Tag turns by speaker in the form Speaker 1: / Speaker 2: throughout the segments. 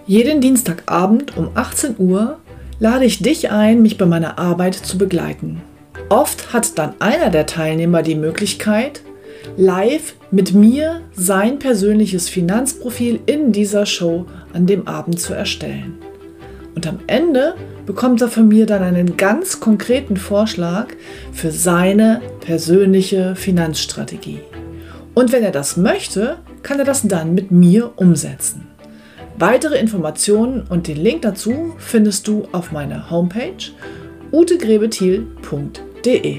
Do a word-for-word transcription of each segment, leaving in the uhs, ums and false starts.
Speaker 1: Jeden Dienstagabend um achtzehn Uhr lade ich dich ein, mich bei meiner Arbeit zu begleiten. Oft hat dann einer der Teilnehmer die Möglichkeit, live mit mir sein persönliches Finanzprofil in dieser Show an dem Abend zu erstellen. Und am Ende bekommt er von mir dann einen ganz konkreten Vorschlag für seine persönliche Finanzstrategie. Und wenn er das möchte, kann er das dann mit mir umsetzen. Weitere Informationen und den Link dazu findest du auf meiner Homepage ute grebethiel punkt de.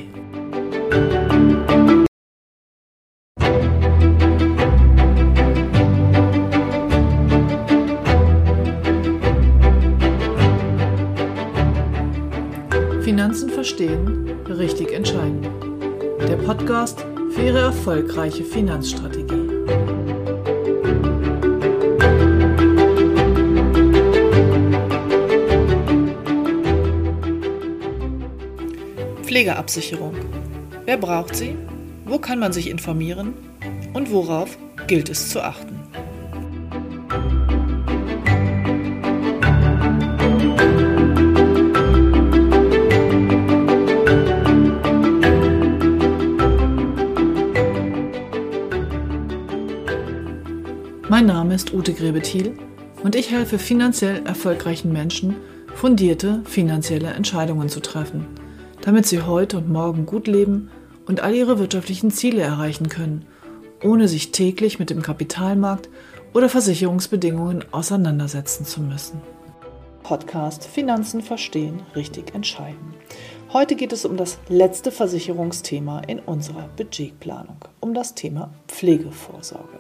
Speaker 1: Finanzen verstehen, richtig entscheiden. Der Podcast für Ihre erfolgreiche Finanzstrategie. Pflegeabsicherung. Wer braucht sie? Wo kann man sich informieren? Und worauf gilt es zu achten? Mein Name ist Ute Grebethiel und ich helfe finanziell erfolgreichen Menschen, fundierte finanzielle Entscheidungen zu treffen, damit sie heute und morgen gut leben und all ihre wirtschaftlichen Ziele erreichen können, ohne sich täglich mit dem Kapitalmarkt oder Versicherungsbedingungen auseinandersetzen zu müssen. Podcast Finanzen verstehen, richtig entscheiden. Heute geht es um das letzte Versicherungsthema in unserer Budgetplanung, um das Thema Pflegevorsorge.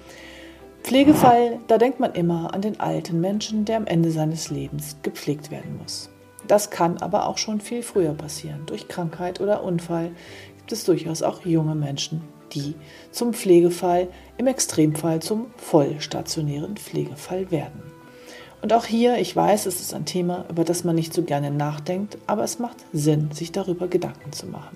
Speaker 1: Pflegefall, da denkt man immer an den alten Menschen, der am Ende seines Lebens gepflegt werden muss. Das kann aber auch schon viel früher passieren. Durch Krankheit oder Unfall gibt es durchaus auch junge Menschen, die zum Pflegefall, im Extremfall zum vollstationären Pflegefall werden. Und auch hier, ich weiß, es ist ein Thema, über das man nicht so gerne nachdenkt, aber es macht Sinn, sich darüber Gedanken zu machen.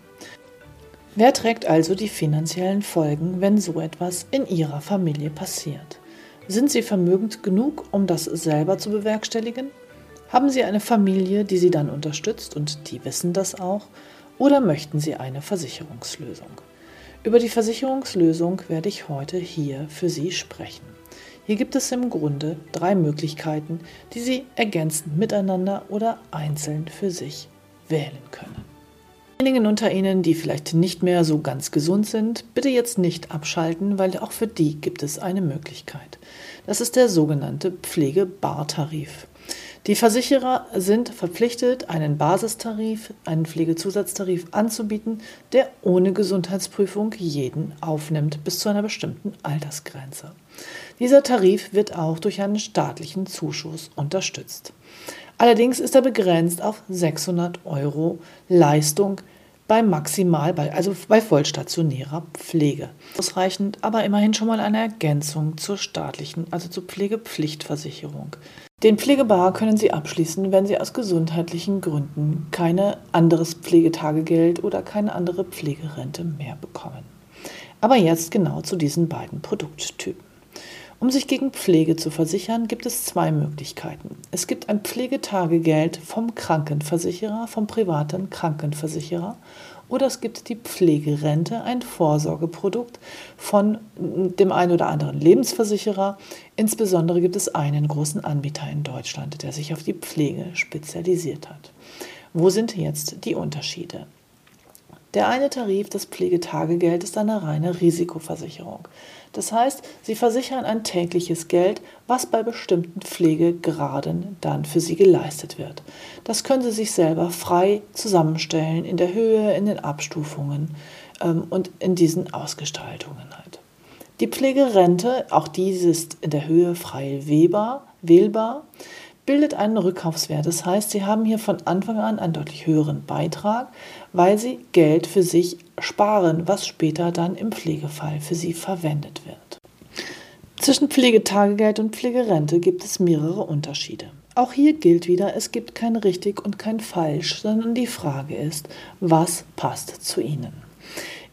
Speaker 1: Wer trägt also die finanziellen Folgen, wenn so etwas in Ihrer Familie passiert? Sind Sie vermögend genug, um das selber zu bewerkstelligen? Haben Sie eine Familie, die Sie dann unterstützt und die wissen das auch? Oder möchten Sie eine Versicherungslösung? Über die Versicherungslösung werde ich heute hier für Sie sprechen. Hier gibt es im Grunde drei Möglichkeiten, die Sie ergänzend miteinander oder einzeln für sich wählen können. Diejenigen unter Ihnen, die vielleicht nicht mehr so ganz gesund sind, bitte jetzt nicht abschalten, weil auch für die gibt es eine Möglichkeit. Das ist der sogenannte Pflegebartarif. Die Versicherer sind verpflichtet, einen Basistarif, einen Pflegezusatztarif anzubieten, der ohne Gesundheitsprüfung jeden aufnimmt, bis zu einer bestimmten Altersgrenze. Dieser Tarif wird auch durch einen staatlichen Zuschuss unterstützt. Allerdings ist er begrenzt auf sechshundert Euro Leistung bei maximal, bei, also bei vollstationärer Pflege. Ausreichend, aber immerhin schon mal eine Ergänzung zur staatlichen, also zur Pflegepflichtversicherung. Den Pflegebar können Sie abschließen, wenn Sie aus gesundheitlichen Gründen kein anderes Pflegetagegeld oder keine andere Pflegerente mehr bekommen. Aber jetzt genau zu diesen beiden Produkttypen. Um sich gegen Pflege zu versichern, gibt es zwei Möglichkeiten. Es gibt ein Pflegetagegeld vom Krankenversicherer, vom privaten Krankenversicherer, oder es gibt die Pflegerente, ein Vorsorgeprodukt von dem einen oder anderen Lebensversicherer. Insbesondere gibt es einen großen Anbieter in Deutschland, der sich auf die Pflege spezialisiert hat. Wo sind jetzt die Unterschiede? Der eine Tarif, das Pflegetagegeld, ist eine reine Risikoversicherung. Das heißt, Sie versichern ein tägliches Geld, was bei bestimmten Pflegegraden dann für Sie geleistet wird. Das können Sie sich selber frei zusammenstellen, in der Höhe, in den Abstufungen ähm, und in diesen Ausgestaltungen halt. Die Pflegerente, auch diese ist in der Höhe frei wählbar, wählbar, bildet einen Rückkaufswert. Das heißt, Sie haben hier von Anfang an einen deutlich höheren Beitrag, weil Sie Geld für sich sparen, was später dann im Pflegefall für Sie verwendet wird. Zwischen Pflegetagegeld und Pflegerente gibt es mehrere Unterschiede. Auch hier gilt wieder, es gibt kein richtig und kein falsch, sondern die Frage ist, was passt zu Ihnen.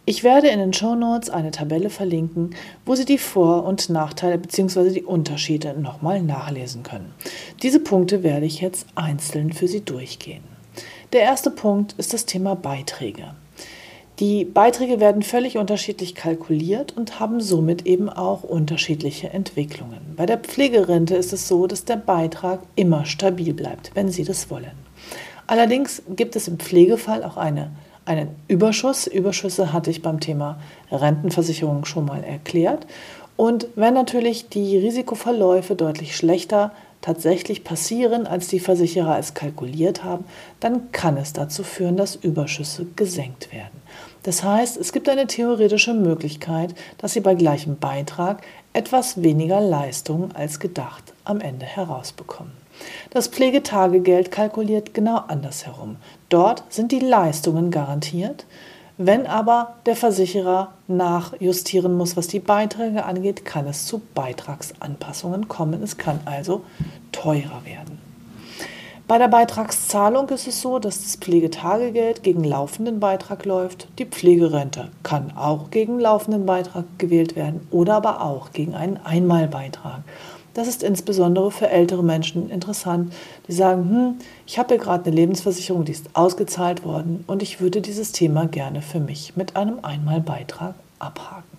Speaker 1: Ich werde in den Shownotes eine Tabelle verlinken, wo Sie die Vor- und Nachteile bzw. die Unterschiede nochmal nachlesen können. Diese Punkte werde ich jetzt einzeln für Sie durchgehen. Der erste Punkt ist das Thema Beiträge. Die Beiträge werden völlig unterschiedlich kalkuliert und haben somit eben auch unterschiedliche Entwicklungen. Bei der Pflegerente ist es so, dass der Beitrag immer stabil bleibt, wenn Sie das wollen. Allerdings gibt es im Pflegefall auch eine, einen Überschuss. Überschüsse hatte ich beim Thema Rentenversicherung schon mal erklärt. Und wenn natürlich die Risikoverläufe deutlich schlechter tatsächlich passieren, als die Versicherer es kalkuliert haben, dann kann es dazu führen, dass Überschüsse gesenkt werden. Das heißt, es gibt eine theoretische Möglichkeit, dass Sie bei gleichem Beitrag etwas weniger Leistung als gedacht am Ende herausbekommen. Das Pflegetagegeld kalkuliert genau andersherum. Dort sind die Leistungen garantiert. Wenn aber der Versicherer nachjustieren muss, was die Beiträge angeht, kann es zu Beitragsanpassungen kommen. Es kann also teurer werden. Bei der Beitragszahlung ist es so, dass das Pflegetagegeld gegen laufenden Beitrag läuft. Die Pflegerente kann auch gegen laufenden Beitrag gewählt werden oder aber auch gegen einen Einmalbeitrag. Das ist insbesondere für ältere Menschen interessant, die sagen, hm, ich habe hier gerade eine Lebensversicherung, die ist ausgezahlt worden und ich würde dieses Thema gerne für mich mit einem Einmalbeitrag abhaken.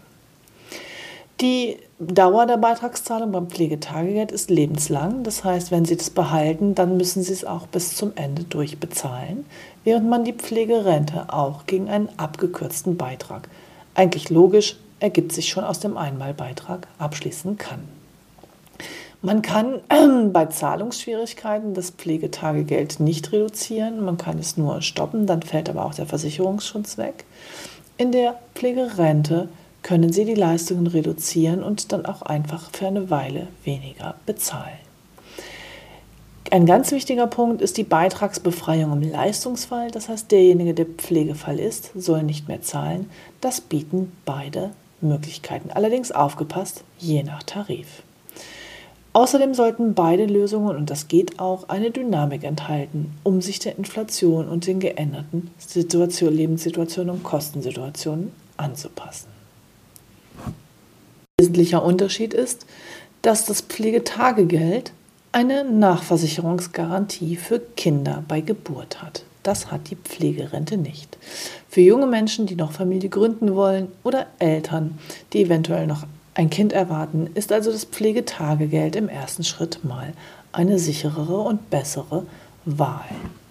Speaker 1: Die Dauer der Beitragszahlung beim Pflegetagegeld ist lebenslang. Das heißt, wenn Sie das behalten, dann müssen Sie es auch bis zum Ende durchbezahlen, während man die Pflegerente auch gegen einen abgekürzten Beitrag, eigentlich logisch, ergibt sich schon aus dem Einmalbeitrag, abschließen kann. Man kann äh, bei Zahlungsschwierigkeiten das Pflegetagegeld nicht reduzieren, man kann es nur stoppen, dann fällt aber auch der Versicherungsschutz weg. In der Pflegerente können Sie die Leistungen reduzieren und dann auch einfach für eine Weile weniger bezahlen. Ein ganz wichtiger Punkt ist die Beitragsbefreiung im Leistungsfall, das heißt, derjenige, der Pflegefall ist, soll nicht mehr zahlen. Das bieten beide Möglichkeiten, allerdings aufgepasst, je nach Tarif. Außerdem sollten beide Lösungen, und das geht auch, eine Dynamik enthalten, um sich der Inflation und den geänderten Situation, Lebenssituationen und Kostensituationen anzupassen. Ein wesentlicher Unterschied ist, dass das Pflegetagegeld eine Nachversicherungsgarantie für Kinder bei Geburt hat. Das hat die Pflegerente nicht. Für junge Menschen, die noch Familie gründen wollen oder Eltern, die eventuell noch ein Kind erwarten, ist also das Pflegetagegeld im ersten Schritt mal eine sicherere und bessere Wahl.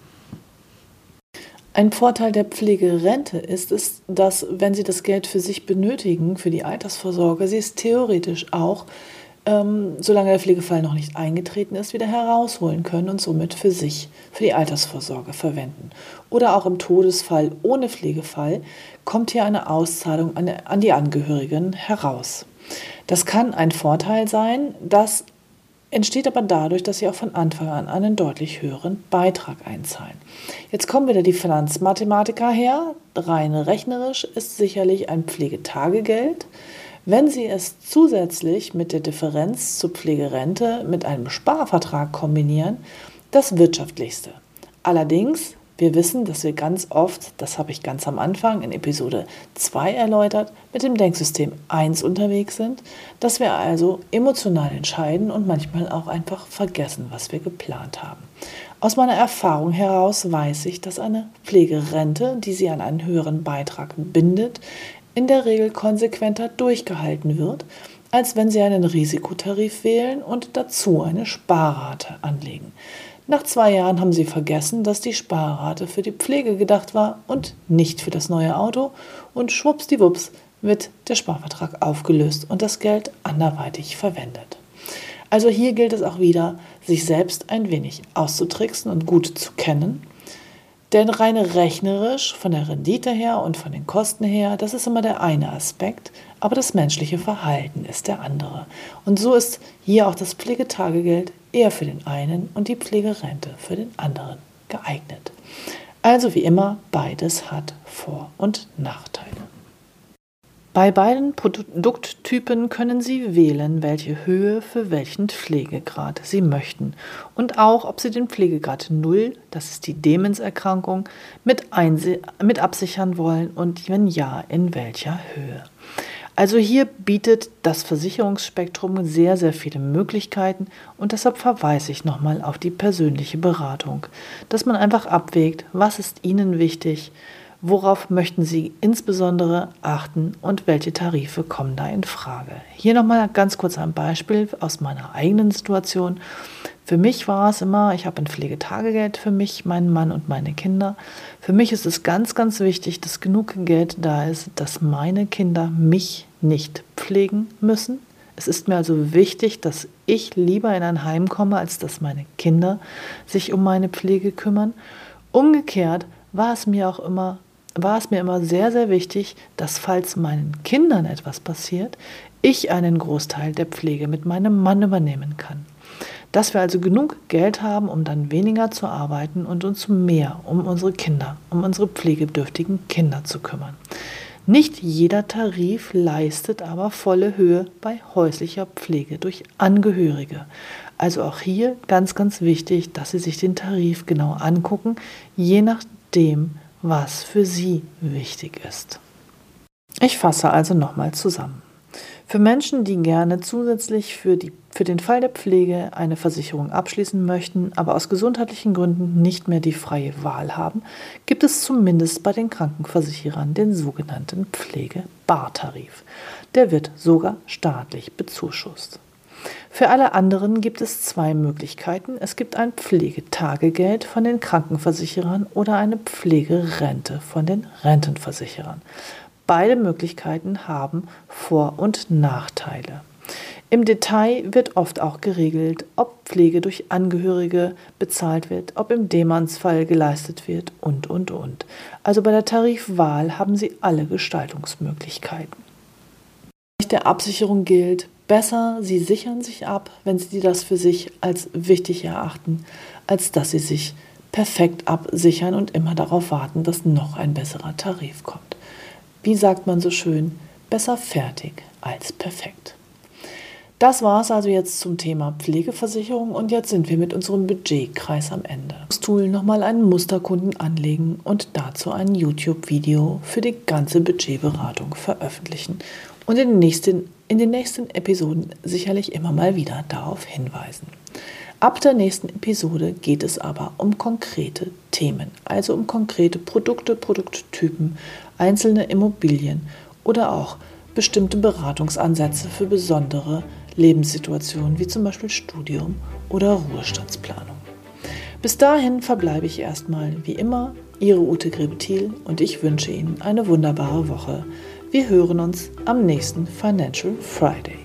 Speaker 1: Ein Vorteil der Pflegerente ist es, dass, wenn Sie das Geld für sich benötigen, für die Altersvorsorge, Sie es theoretisch auch, ähm, solange der Pflegefall noch nicht eingetreten ist, wieder herausholen können und somit für sich, für die Altersvorsorge verwenden. Oder auch im Todesfall ohne Pflegefall kommt hier eine Auszahlung an, an die Angehörigen heraus. Das kann ein Vorteil sein, das entsteht aber dadurch, dass Sie auch von Anfang an einen deutlich höheren Beitrag einzahlen. Jetzt kommen wieder die Finanzmathematiker her. Rein rechnerisch ist sicherlich ein Pflegetagegeld, wenn Sie es zusätzlich mit der Differenz zur Pflegerente mit einem Sparvertrag kombinieren, das wirtschaftlichste. Allerdings, wir wissen, dass wir ganz oft, das habe ich ganz am Anfang in Episode zwei erläutert, mit dem Denksystem eins unterwegs sind, dass wir also emotional entscheiden und manchmal auch einfach vergessen, was wir geplant haben. Aus meiner Erfahrung heraus weiß ich, dass eine Pflegerente, die Sie an einen höheren Beitrag bindet, in der Regel konsequenter durchgehalten wird, als wenn Sie einen Risikotarif wählen und dazu eine Sparrate anlegen. Nach zwei Jahren haben Sie vergessen, dass die Sparrate für die Pflege gedacht war und nicht für das neue Auto, und schwuppsdiwupps wird der Sparvertrag aufgelöst und das Geld anderweitig verwendet. Also hier gilt es auch wieder, sich selbst ein wenig auszutricksen und gut zu kennen. Denn rein rechnerisch, von der Rendite her und von den Kosten her, das ist immer der eine Aspekt, aber das menschliche Verhalten ist der andere. Und so ist hier auch das Pflegetagegeld eher für den einen und die Pflegerente für den anderen geeignet. Also wie immer, beides hat Vor- und Nachteile. Bei beiden Produkttypen können Sie wählen, welche Höhe für welchen Pflegegrad Sie möchten und auch, ob Sie den Pflegegrad null, das ist die Demenz-Erkrankung, mit, mit absichern wollen und wenn ja, in welcher Höhe. Also hier bietet das Versicherungsspektrum sehr, sehr viele Möglichkeiten und deshalb verweise ich nochmal auf die persönliche Beratung, dass man einfach abwägt, was ist Ihnen wichtig, worauf möchten Sie insbesondere achten und welche Tarife kommen da in Frage. Hier nochmal ganz kurz ein Beispiel aus meiner eigenen Situation. Für mich war es immer, ich habe ein Pflegetagegeld für mich, meinen Mann und meine Kinder. Für mich ist es ganz, ganz wichtig, dass genug Geld da ist, dass meine Kinder mich nicht pflegen müssen. Es ist mir also wichtig, dass ich lieber in ein Heim komme, als dass meine Kinder sich um meine Pflege kümmern. Umgekehrt war es mir auch immer, war es mir immer sehr, sehr wichtig, dass falls meinen Kindern etwas passiert, ich einen Großteil der Pflege mit meinem Mann übernehmen kann. Dass wir also genug Geld haben, um dann weniger zu arbeiten und uns mehr um unsere Kinder, um unsere pflegebedürftigen Kinder zu kümmern. Nicht jeder Tarif leistet aber volle Höhe bei häuslicher Pflege durch Angehörige. Also auch hier ganz, ganz wichtig, dass Sie sich den Tarif genau angucken, je nachdem, was für Sie wichtig ist. Ich fasse also nochmal zusammen. Für Menschen, die gerne zusätzlich für, die, für den Fall der Pflege eine Versicherung abschließen möchten, aber aus gesundheitlichen Gründen nicht mehr die freie Wahl haben, gibt es zumindest bei den Krankenversicherern den sogenannten Pflegebartarif. Der wird sogar staatlich bezuschusst. Für alle anderen gibt es zwei Möglichkeiten. Es gibt ein Pflegetagegeld von den Krankenversicherern oder eine Pflegerente von den Rentenversicherern. Beide Möglichkeiten haben Vor- und Nachteile. Im Detail wird oft auch geregelt, ob Pflege durch Angehörige bezahlt wird, ob im D-Manns-Fall geleistet wird und, und, und. Also bei der Tarifwahl haben Sie alle Gestaltungsmöglichkeiten. Der Absicherung gilt, besser Sie sichern sich ab, wenn Sie das für sich als wichtig erachten, als dass Sie sich perfekt absichern und immer darauf warten, dass noch ein besserer Tarif kommt. Wie sagt man so schön, besser fertig als perfekt. Das war es also jetzt zum Thema Pflegeversicherung und jetzt sind wir mit unserem Budgetkreis am Ende. Das Tool nochmal einen Musterkunden anlegen und dazu ein YouTube-Video für die ganze Budgetberatung veröffentlichen und in den nächsten, in den nächsten Episoden sicherlich immer mal wieder darauf hinweisen. Ab der nächsten Episode geht es aber um konkrete Themen, also um konkrete Produkte, Produkttypen, einzelne Immobilien oder auch bestimmte Beratungsansätze für besondere Lebenssituationen wie zum Beispiel Studium oder Ruhestandsplanung. Bis dahin verbleibe ich erstmal wie immer Ihre Ute Grebe-Thiel und ich wünsche Ihnen eine wunderbare Woche. Wir hören uns am nächsten Financial Friday.